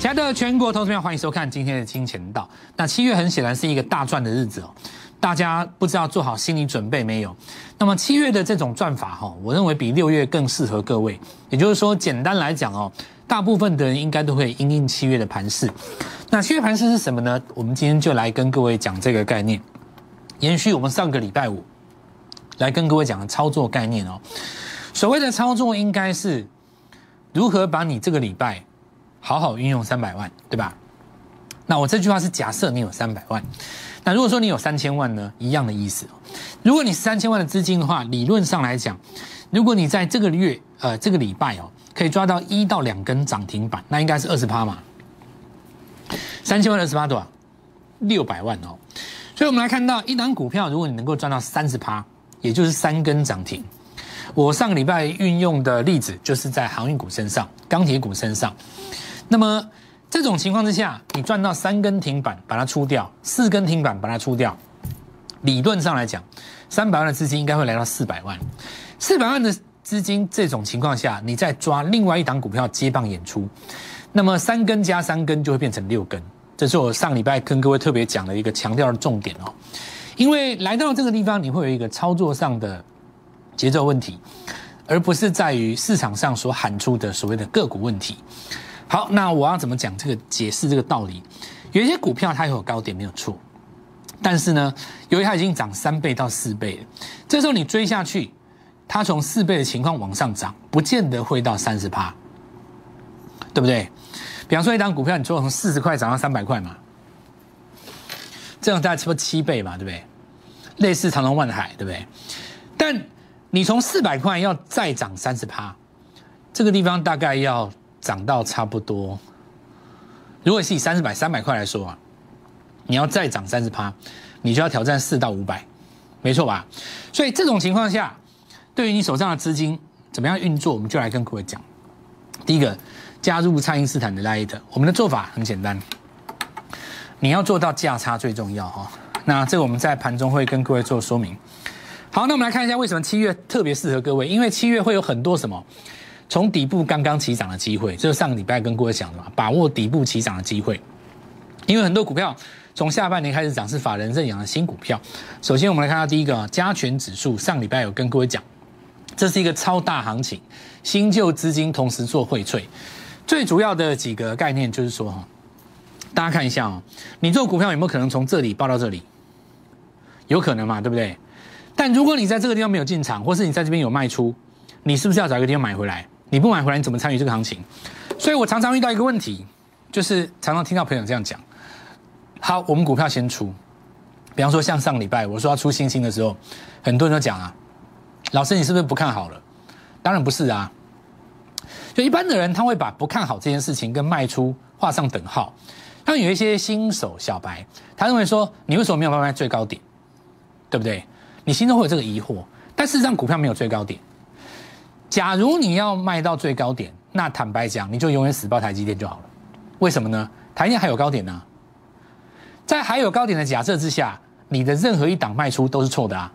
亲爱的全国投资朋友，欢迎收看今天的金钱道。那7月很显然是一个大赚的日子哦，大家不知道做好心理准备没有？那么7月的这种赚法我认为比6月更适合各位。也就是说，简单来讲大部分的人应该都会因应7月的盘势。那7月盘势是什么呢？我们今天就来跟各位讲这个概念，延续我们上个礼拜五来跟各位讲的操作概念哦。所谓的操作应该是如何把你这个礼拜好好运用300万，对吧？那我这句话是假设你有300万，那如果说你有3000万呢，一样的意思。如果你是3000万的资金的话，理论上来讲，如果你在这个月这个礼拜可以抓到1到2根涨停板，那应该是20%嘛。3000万的20%多少？600万哦。所以我们来看到一档股票，如果你能够赚到30%，也就是3根涨停。我上个礼拜运用的例子就是在航运股身上、钢铁股身上。那么这种情况之下，你赚到3根停板把它出掉，4根停板把它出掉，理论上来讲，300万的资金应该会来到400万。400万的资金这种情况下，你再抓另外一档股票接棒演出，那么3根加3根就会变成6根。这是我上礼拜跟各位特别讲的一个强调的重点哦。因为来到这个地方，你会有一个操作上的节奏问题，而不是在于市场上所喊出的所谓的个股问题。好，那我要怎么讲这个解释这个道理？有一些股票它有高点没有错，但是呢，由于它已经涨3倍到4倍了，这时候你追下去，它从4倍的情况往上涨，不见得会到30%，对不对？比方说一档股票，你做从40块涨到300块嘛，这样大概差不多7倍嘛，对不对？类似长隆万海，对不对？但你从400块要再涨30%，这个地方大概要涨到差不多，如果是以300块来说你要再涨30%，你就要挑战4到500，没错吧？所以这种情况下，对于你手上的资金怎么样运作，我们就来跟各位讲。第一个，加入蔡因斯坦的 Lite， 我们的做法很简单，你要做到价差最重要那这个我们在盘中会跟各位做说明。好，那我们来看一下为什么7月特别适合各位，因为7月会有很多什么从底部刚刚起涨的机会，这是上个礼拜跟各位讲的嘛，把握底部起涨的机会。因为很多股票从下半年开始涨，是法人认养的新股票。首先我们来看到第一个加权指数，上礼拜有跟各位讲，这是一个超大行情，新旧资金同时做荟萃。最主要的几个概念就是说大家看一下你做股票有没有可能从这里报到这里？有可能嘛，对不对？但如果你在这个地方没有进场，或是你在这边有卖出，你是不是要找一个地方买回来？你不买回来，你怎么参与这个行情？所以我常常遇到一个问题，就是常常听到朋友这样讲：好，我们股票先出。比方说像上礼拜我说要出星星的时候，很多人都讲老师你是不是不看好了？当然不是啊。就一般的人他会把不看好这件事情跟卖出画上等号。他们有一些新手小白，他认为说你为什么没有办法卖最高点？对不对？你心中会有这个疑惑，但事实上股票没有最高点。假如你要卖到最高点，那坦白讲，你就永远死抱台积电就好了。为什么呢？台积电还有高点呢。在还有高点的假设之下，你的任何一档卖出都是错的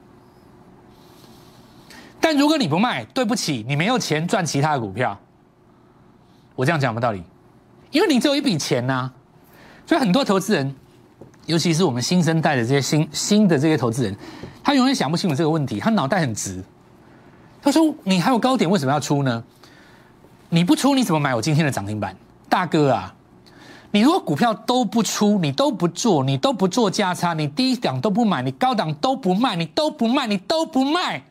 但如果你不卖，对不起，你没有钱赚其他的股票。我这样讲有没有道理？因为你只有一笔钱所以很多投资人，尤其是我们新生代的这些新的这些投资人，他永远想不清楚这个问题，他脑袋很直。他说：“你还有高点，为什么要出呢？你不出，你怎么买我今天的涨停板？大哥你如果股票都不出，你都不做，你都不做价差，你低档都不买，你高档都不卖，你都不卖，你都不卖，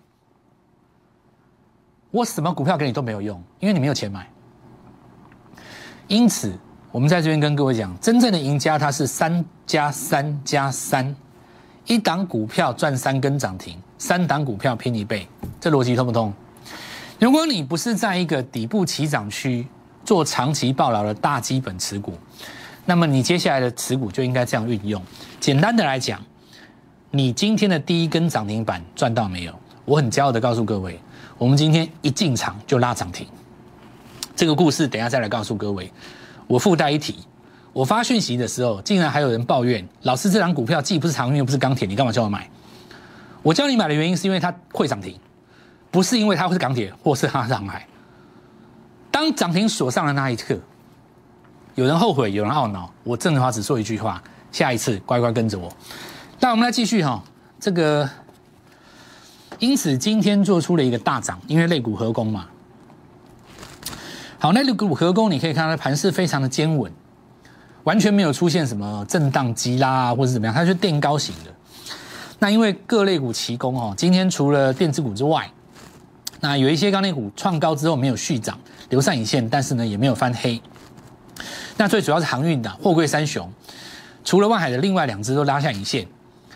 我什么股票给你都没有用，因为你没有钱买。因此，我们在这边跟各位讲，真正的赢家他是3+3+3，一档股票赚3根涨停，3档股票拼1倍，这逻辑通不通？如果你不是在一个底部起涨区做长期抱牢的大基本持股，那么你接下来的持股就应该这样运用。简单的来讲，你今天的第一根涨停板赚到没有？我很骄傲的告诉各位，我们今天一进场就拉涨停。这个故事等一下再来告诉各位。我附带一提，我发讯息的时候，竟然还有人抱怨，老师这档股票既不是航运又不是钢铁，你干嘛叫我买？我叫你买的原因是因为它会涨停，不是因为它会是钢铁或是它是航海。当涨停锁上的那一刻， 有人后悔，有人懊恼。我郑华只说一句话：下一次乖乖跟着我。那我们来继续哈，这个，因此今天做出了一个大涨，因为类股合攻嘛。好，那类股合攻，你可以看到盘势非常的坚稳，完全没有出现什么震荡急拉啊，或者怎么样，它是垫高型的。那因为各类股齐攻哦，今天除了电子股之外，那有一些钢铁股创高之后没有续涨，留上影线，但是呢也没有翻黑。那最主要是航运的货柜三雄，除了万海的另外2只都拉下影线，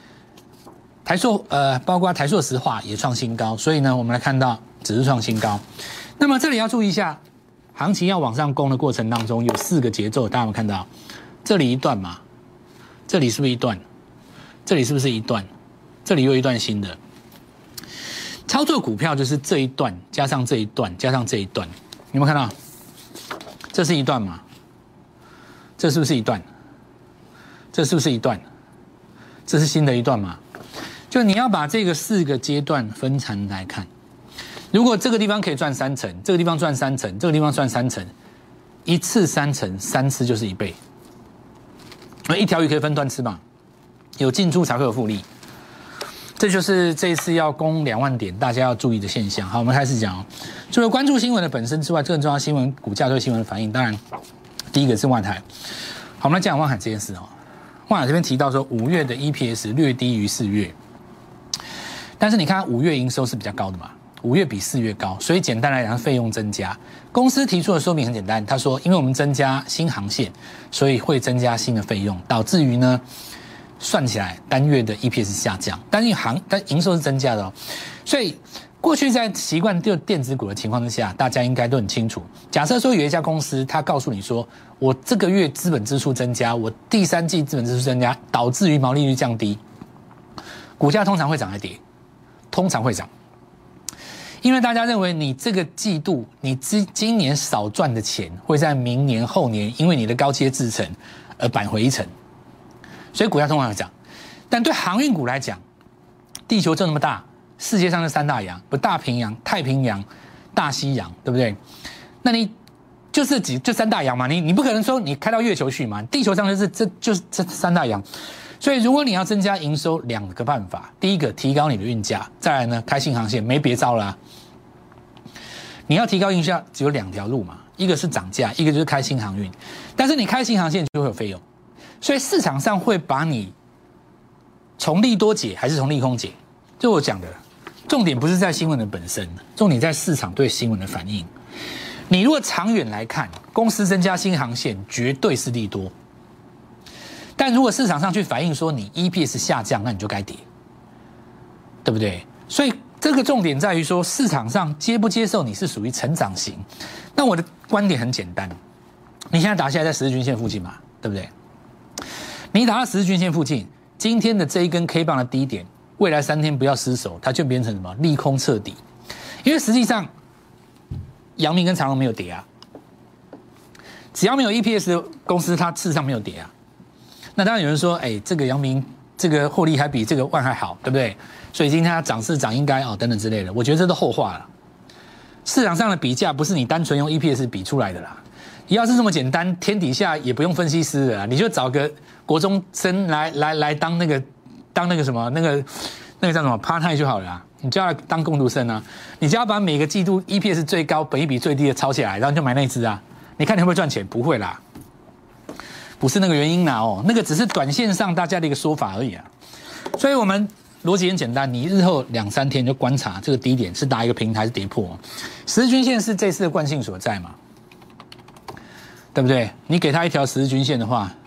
包括台塑石化也创新高，所以呢我们来看到指数创新高。那么这里要注意一下，行情要往上攻的过程当中有4个节奏，大家有没有看到？这里一段嘛，这里是不是一段？这里是不是一段？这里又一段新的。操作股票就是这一段加上这一段加上这一段，有没有看到？这是一段嘛？这是不是一段？这是不是一段？这是新的一段嘛？就你要把这个4个阶段分成来看。如果这个地方可以赚3成，这个地方赚3成，这个地方赚3成，一次3成，3次就是1倍。一条鱼可以分段吃嘛？有进出才会有复利。这就是这一次要攻2万点，大家要注意的现象。好，我们开始讲哦。除了关注新闻的本身之外，更重要新闻股价对新闻的反应。当然，第一个是万海。好，我们来讲万海这件事哦。万海这边提到说，5月的 EPS 略低于4月，但是你看5月营收是比较高的嘛，5月比4月高，所以简单来讲，费用增加。公司提出的说明很简单，他说，因为我们增加新航线，所以会增加新的费用，导致于呢。算起来单月的 EPS 下降，但营收是增加的哦，所以过去在习惯电子股的情况之下，大家应该都很清楚。假设说有一家公司，它告诉你说，我这个月资本支出增加，我第3季资本支出增加，导致于毛利率降低，股价通常会涨还跌？通常会涨，因为大家认为你这个季度你今年少赚的钱，会在明年后年因为你的高阶制程而扳回一城。所以股价通常会涨，但对航运股来讲，地球就那么大，世界上的3大洋，不大平洋、太平洋、大西洋，对不对？那你就3大洋嘛，你不可能说你开到月球去嘛，地球上就是这3大洋。所以如果你要增加营收，2个办法，第一个提高你的运价，再来呢开新航线，没别招啦。你要提高运价只有2条路嘛，一个是涨价，一个就是开新航运。但是你开新航线就会有费用。所以市场上会把你从利多解还是从利空解，就我讲的，重点不是在新闻的本身，重点在市场对新闻的反应。你如果长远来看，公司增加新航线绝对是利多，但如果市场上去反映说你 EPS 下降，那你就该跌，对不对？所以这个重点在于说市场上接不接受你是属于成长型。那我的观点很简单，你现在打下来在十日均线附近嘛，对不对？你打到十日均线附近，今天的这一根 K 棒的低点，未来3天不要失守，它就变成什么利空彻底。因为实际上，阳明跟长荣没有跌啊，只要没有 EPS 的公司，它事实上没有跌啊。那当然有人说，这个阳明这个获利还比这个万海好，对不对？所以今天它涨势涨应该等等之类的，我觉得这都后话了。市场上的比价不是你单纯用 EPS 比出来的啦。要是这么简单，天底下也不用分析师了，你就找个国中生来当那个什么那个叫什么 part time 就好了啊，你就要当工读生啊，你就要把每个季度 EPS 最高、本益比最低的抄起来，然后就买那一只啊，你看你会不会赚钱？不会啦，不是那个原因啦那个只是短线上大家的一个说法而已啊。所以我们逻辑很简单，你日后2-3天就观察这个低点是打一个平台还是跌破，十日均线是这次的惯性所在嘛。对不对？你给他一条十日均线的话，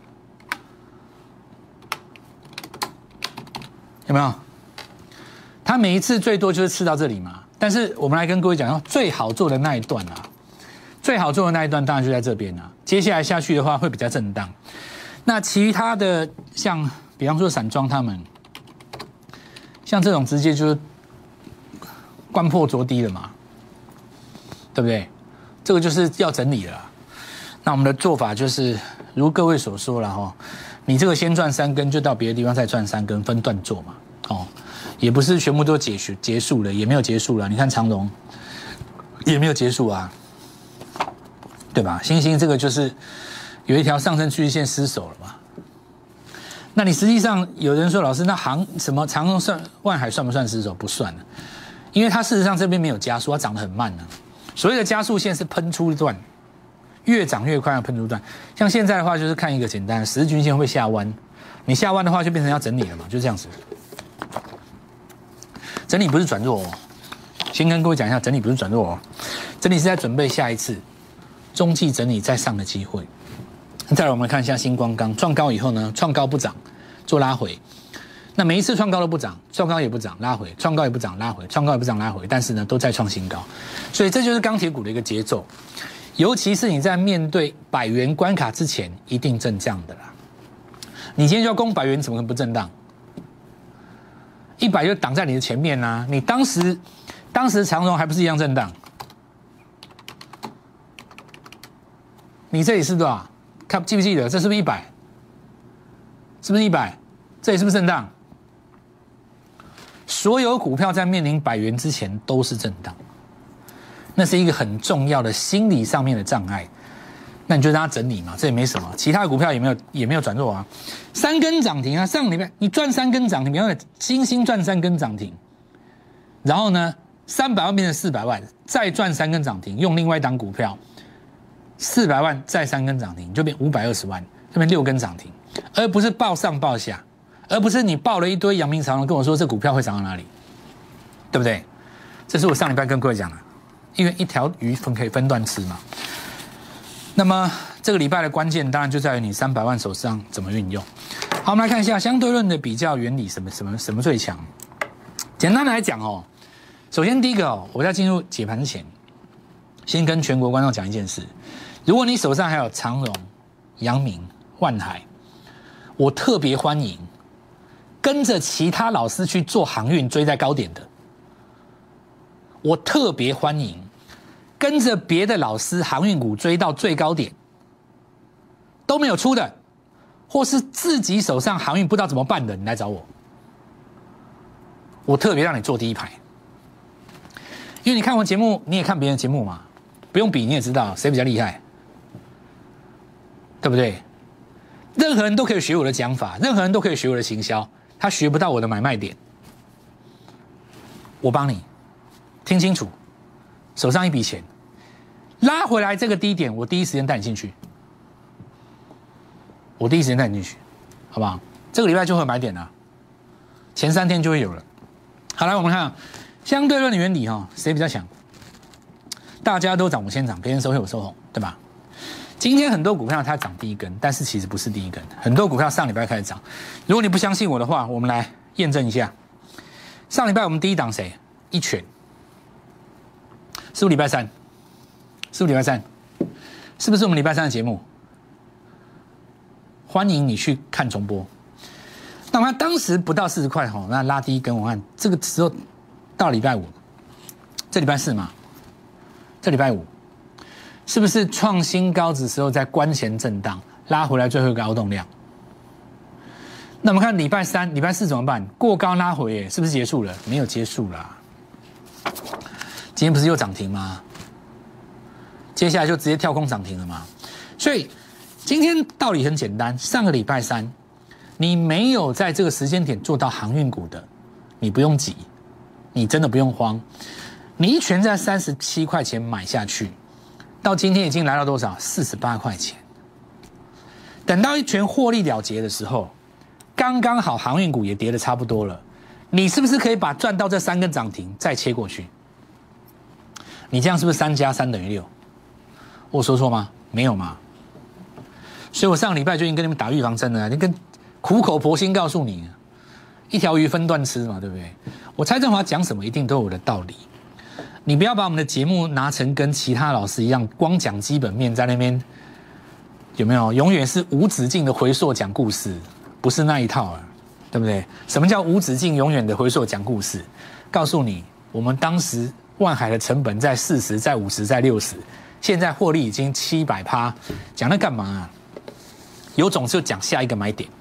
有没有？他每一次最多就是吃到这里嘛。但是我们来跟各位讲，最好做的那一段啊，最好做的那一段当然就在这边啊。接下来下去的话会比较震荡。那其他的像，比方说散装他们，像这种直接就是关破着低了嘛，对不对？这个就是要整理了啦。那我们的做法就是，如各位所说了你这个先赚3根，就到别的地方再赚3根，分段做嘛，也不是全部都结束了，也没有结束了。你看长荣也没有结束啊，对吧？星星这个就是有一条上升趋势线失守了嘛？那你实际上有人说，老师，那什么长荣万海算不算失守？不算了，因为它事实上这边没有加速，它涨得很慢呢。所谓的加速线是喷出段，越涨越快要喷出段。像现在的话，就是看一个简单的十日均线会不会下弯，你下弯的话就变成要整理了嘛，就这样子。整理不是转弱哦，先跟各位讲一下，整理不是转弱哦，整理是在准备下一次中继整理再上的机会。再来我们看一下新光钢创高以后呢，创高不涨，做拉回。那每一次创高都不涨，创高也不涨，拉回，创高也不涨，拉回，创高也不涨，拉回，但是呢都在创新高，所以这就是钢铁股的一个节奏。尤其是你在面对100元关卡之前，一定震荡的啦。你今天就要攻100元，怎么可能不震荡？100就挡在你的前面啦、你当时长荣还不是一样震荡？你这里是多少？看记不记得？这是不是100？是不是100？这里是不是震荡？所有股票在面临100元之前都是震荡，那是一个很重要的心理上面的障碍。那你就让它整理嘛，这也没什么。其他的股票也没有转弱啊，3根涨停啊，上个礼拜你赚3根涨停，比方说星星赚3根涨停，然后呢300万变成400万，再赚3根涨停，用另外一档股票400万再3根涨停，就变520万，这边6根涨停，而不是报上报下，而不是你报了一堆阳明长荣跟我说这股票会涨到哪里，对不对？这是我上礼拜跟各位讲的，因为一条鱼可以分段吃嘛。那么这个礼拜的关键当然就在于你300万手上怎么运用。好，我们来看一下相对论的比较原理，什么最强？简单的来讲哦，首先第一个哦，我在进入解盘前，先跟全国观众讲一件事：如果你手上还有长荣、阳明、万海，我特别欢迎跟着其他老师去做航运追在高点的，我特别欢迎跟着别的老师航运股追到最高点都没有出的，或是自己手上航运不知道怎么办的，你来找我，我特别让你坐第一排。因为你看完节目，你也看别人的节目嘛，不用比你也知道谁比较厉害，对不对？任何人都可以学我的讲法，任何人都可以学我的行销，他学不到我的买卖点。我帮你听清楚，手上一笔钱拉回来这个低点，我第一时间带你进去，好不好？这个礼拜就会有买点了，前3天就会有了。好，来我们看相对论的原理哈，谁比较强？大家都涨我先涨，别人收黑我收红，对吧？今天很多股票它涨第一根，但是其实不是第一根，很多股票上礼拜开始涨。如果你不相信我的话，我们来验证一下。上礼拜我们第一档谁？一拳，是不是礼拜三？是不是礼拜三？是不是我们礼拜三的节目？欢迎你去看重播。那么当时不到40块哈，那拉第一根，我看这个时候到礼拜五，这礼拜四嘛，这礼拜五是不是创新高的时候在关前震荡拉回来最后一个凹动量？那我们看礼拜三、礼拜四怎么办？过高拉回耶，是不是结束了？没有结束啦，今天不是又涨停吗？接下来就直接跳空涨停了嘛。所以今天道理很简单，上个礼拜三你没有在这个时间点做到航运股的，你不用急，你真的不用慌。你一拳在37块钱买下去，到今天已经来到多少？48块钱。等到一拳获利了结的时候，刚刚好航运股也跌得差不多了，你是不是可以把赚到这3根涨停再切过去？你这样是不是3加3等于6？我说错吗？没有嘛。所以我上个礼拜就已经跟你们打预防针了，就跟苦口婆心告诉你，一条鱼分段吃嘛，对不对？我蔡正华讲什么一定都有我的道理，你不要把我们的节目拿成跟其他老师一样，光讲基本面在那边，有没有？永远是无止境的回溯讲故事，不是那一套啊，对不对？什么叫无止境永远的回溯讲故事？告诉你，我们当时万海的成本在40，在50，在60，现在获利已经700%，讲那干嘛啊？有种就讲下一个买点，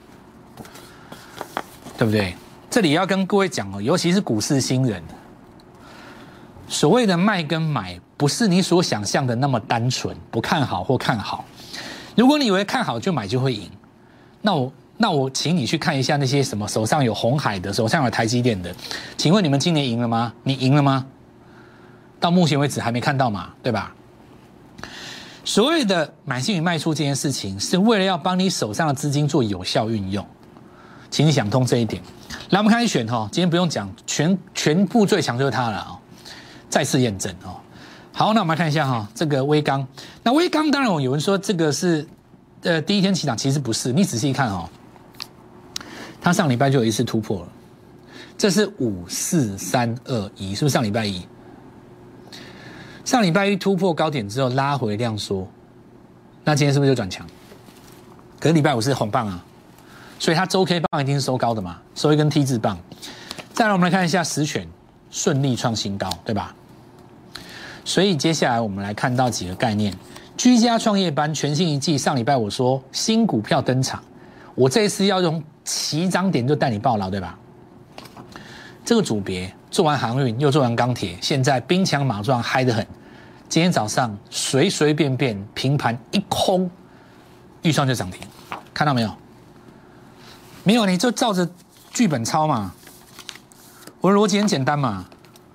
对不对？这里要跟各位讲哦，尤其是股市新人，所谓的卖跟买，不是你所想象的那么单纯，不看好或看好。 如果你以为看好就买就会赢，那我请你去看一下那些什么手上有鸿海的，手上有台积电的，请问你们今年赢了吗？你赢了吗？到目前为止还没看到嘛，对吧？所谓的买进与卖出这件事情，是为了要帮你手上的资金做有效运用，请你想通这一点。来，我们开始选哈，今天不用讲，全部最强就是它了啊，再次验证哦。好，那我们来看一下哈，这个威刚。那威刚当然有人说这个是第一天起涨，其实不是，你仔细看哦，它上礼拜就有一次突破了，这是54321，是不是上礼拜一？上礼拜一突破高点之后拉回量缩，那今天是不是就转强？可是礼拜五是红棒啊，所以它周 K 棒一定是收高的嘛，收一根 T 字棒。再来我们来看一下实权顺利创新高，对吧？所以接下来我们来看到几个概念，居家创业班全新一季，上礼拜我说新股票登场，我这一次要用起涨点就带你报牢，对吧？这个组别做完航运又做完钢铁，现在兵强马壮嗨得很。今天早上随随便便平盘一空，预算就涨停，看到没有？没有你就照着剧本抄嘛，我的逻辑很简单嘛。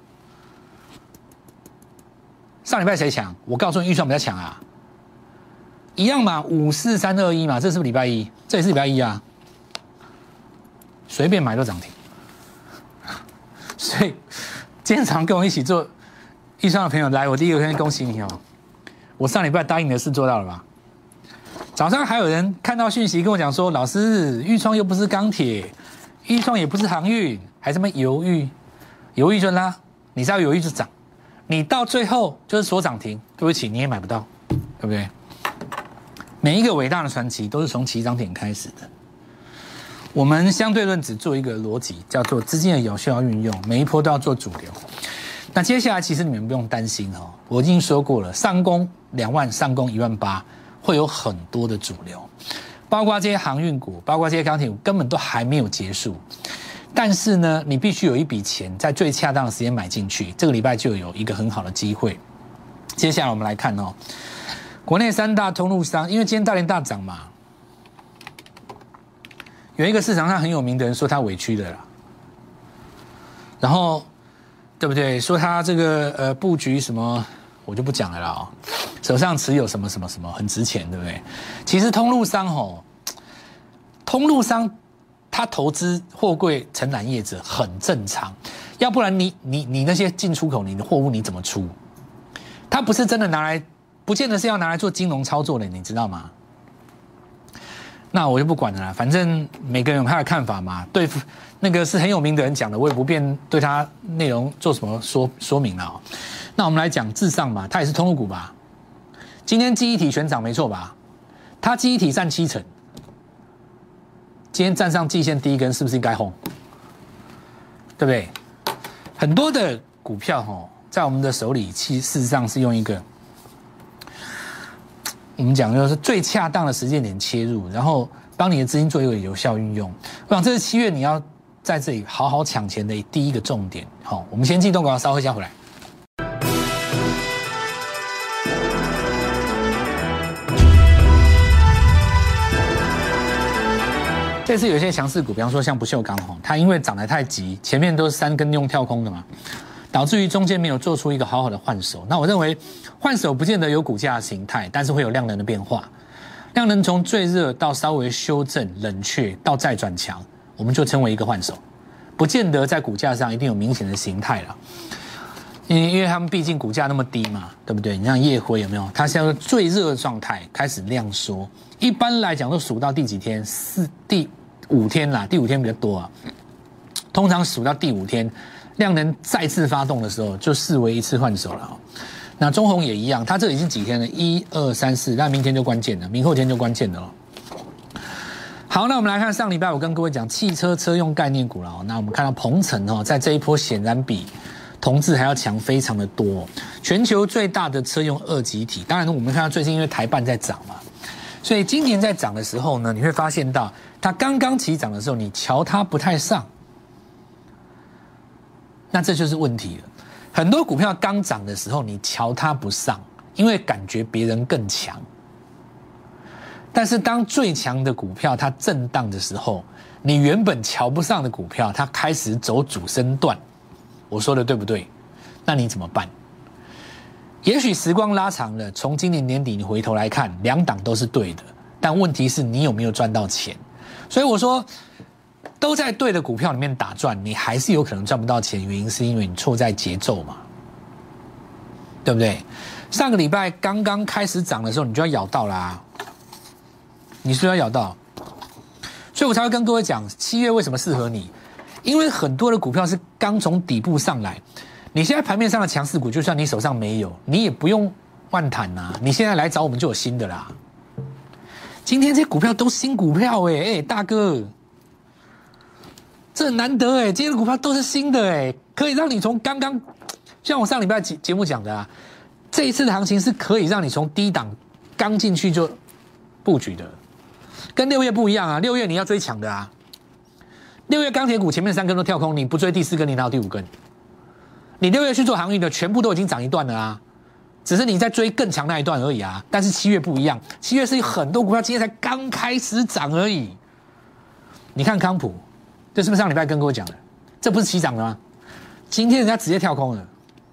上礼拜谁强？我告诉你，预算比较强啊，一样嘛，54321嘛，这是不是礼拜一？这也是礼拜一啊，随便买都涨停。所以今天早上跟我一起做预算的朋友来，我第一个先恭喜你哦！我上礼拜答应的事做到了吧？早上还有人看到讯息跟我讲说，老师，豫创又不是钢铁，豫创也不是航运，还这么犹豫就拉，你只要犹豫就涨，你到最后就是锁涨停，对不起，你也买不到，对不对？每一个伟大的传奇都是从起涨点开始的。我们相对论只做一个逻辑，叫做资金的有效运用，每一波都要做主流。那接下来其实你们不用担心哦，我已经说过了，上攻2万，上攻18000，会有很多的主流，包括这些航运股，包括这些钢铁股，根本都还没有结束。但是呢，你必须有一笔钱在最恰当的时间买进去，这个礼拜就有一个很好的机会。接下来我们来看哦，国内3大通路商，因为今天大连大涨嘛。有一个市场上很有名的人说他委屈的啦，然后对不对？说他这个布局什么，我就不讲了啦哦，手上持有什么什么什么很值钱，对不对？其实通路商通路商他投资货柜承揽业者很正常，要不然你那些进出口你的货物你怎么出？他不是真的拿来，不见得是要拿来做金融操作的，你知道吗？那我就不管了啦，反正每个人有他的看法嘛。对，那个是很有名的人讲的，我也不便对他内容做什么说明了哦。那我们来讲至上吧，它也是通路股吧？今天记忆体全涨没错吧？它记忆体占70%，今天站上季线第一根，是不是应该红？对不对？很多的股票在我们的手里，事实上是用一个。我们讲就是最恰当的时间点切入，然后帮你的资金做一个有效运用。我想这是7月你要在这里好好抢钱的第一个重点。好，我们先进动广告，稍后一下回来。这次有一些强势股，比方说像不锈钢它因为涨得太急，前面都是3根用跳空的嘛，导致于中间没有做出一个好好的换手。那我认为换手不见得有股价的形态，但是会有量能的变化。量能从最热到稍微修正、冷却到再转强，我们就称为一个换手，不见得在股价上一定有明显的形态了。因为他们毕竟股价那么低嘛，对不对？你像燁辉有没有？它现在最热的状态开始量缩，一般来讲都数到第几天？第5天啦，第5天比较多啊。通常数到第5天。量能再次发动的时候，就视为一次换手了。那中鸿也一样，它这已经几天了？1、2、3、4，那明天就关键了，明后天就关键了。好，那我们来看上礼拜我跟各位讲汽车车用概念股了。那我们看到鹏程在这一波显然比同志还要强非常的多。全球最大的车用2极体，当然我们看到最近因为台半在涨嘛，所以今年在涨的时候呢，你会发现到它刚刚起涨的时候，你瞧它不太上。那这就是问题了。很多股票刚涨的时候，你瞧它不上，因为感觉别人更强。 但是当最强的股票它震荡的时候，你原本瞧不上的股票，它开始走主升段，我说的对不对？那你怎么办？也许时光拉长了，从今年年底你回头来看，两档都是对的，但问题是你有没有赚到钱？所以我说，都在对的股票里面打转，你还是有可能赚不到钱，原因是因为你错在节奏嘛，对不对？上个礼拜刚刚开始涨的时候，你就要咬到啦，你是不是要咬到？所以我才会跟各位讲，7月为什么适合你？因为很多的股票是刚从底部上来。你现在盘面上的强势股，就算你手上没有，你也不用万谈啊。你现在来找我们就有新的啦。今天这些股票都新股票大哥，这很难得今天的股票都是新的可以让你从刚刚，像我上礼拜节目讲的啊，这一次的行情是可以让你从低档刚进去就布局的，跟6月不一样啊。6月你要追强的啊，6月钢铁股前面3根都跳空，你不追第4根，你哪有第5根？你6月去做航运的，全部都已经涨一段了啊，只是你在追更强那一段而已啊。但是7月不一样，7月是有很多股票今天才刚开始涨而已。你看康普，这是不是上礼拜跟各位讲的？这不是起涨的吗？今天人家直接跳空了。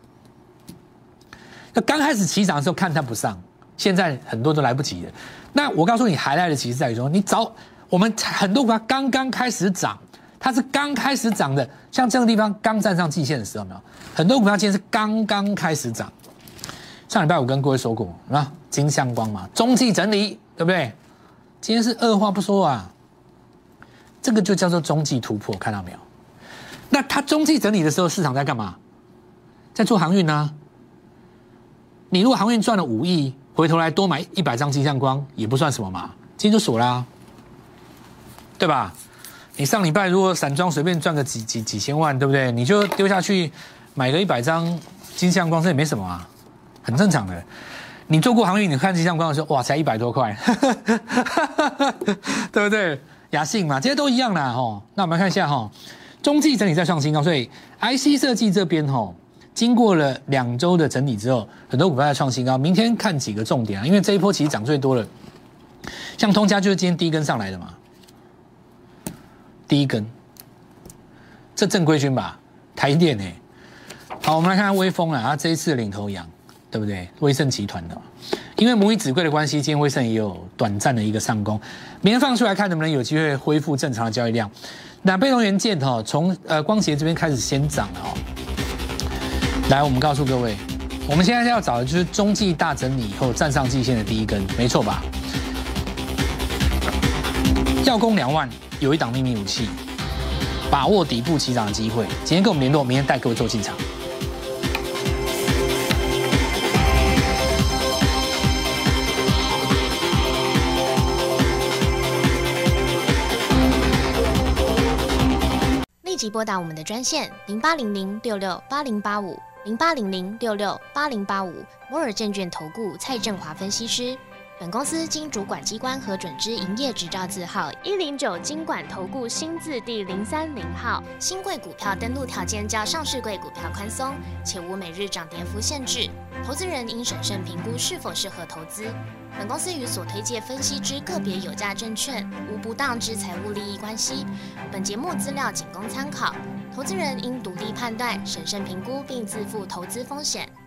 那刚开始起涨的时候看它不上，现在很多都来不及了。那我告诉你，还来得及是在于说，你找我们很多股票刚刚开始涨。它是刚开始涨的，像这个地方刚站上季线的时候，有没有？很多股票今天是刚刚开始涨。上礼拜我跟各位说过，啊，金相光嘛，中继整理，对不对？今天是二话不说啊，这个就叫做中继突破，看到没有？那它中继整理的时候，市场在干嘛？在做航运啊。你如果航运赚了5亿，回头来多买100张金相光，也不算什么嘛，今天就锁啦，对吧？你上礼拜如果散装随便赚个几千万，对不对？你就丢下去买个100张金相光，这也没什么啊，很正常的。你做过航运，你看金相光的时候，哇，才100多块，对不对？雅信嘛，这些都一样啦吼。那我们看一下吼，中继整理再创新高，所以 IC 设计这边吼，经过了2周的整理之后，很多股票在创新高。明天看几个重点啊，因为这一波其实涨最多了，像通家就是今天第一根上来的嘛。第一根，这正规军吧，台电好，我们来看看微风啊，它这一次的领头羊，对不对？威盛集团的嘛，因为母以子贵的关系，今天威盛也有短暂的一个上攻，明天放出来看能不能有机会恢复正常的交易量。那被动元件从光协这边开始先涨了来，我们告诉各位，我们现在要找的就是中继大整理以后站上季线的第一根，没错吧？要攻2万。有一档秘密武器，把握底部起涨的机会。今天跟我们联络，明天带各位做进场。 立即拨打我们的专线08006680850800668085摩尔证券投顾蔡正华分析师。本公司经主管机关核准之营业执照字号109金管投顾新字第030号。新贵股票登录条件较上市贵股票宽松，且无每日涨跌幅限制。投资人应审慎评估是否适合投资。本公司与所推介分析之个别有价证券无不当之财务利益关系。本节目资料仅供参考，投资人应独立判断、审慎评估并自负投资风险。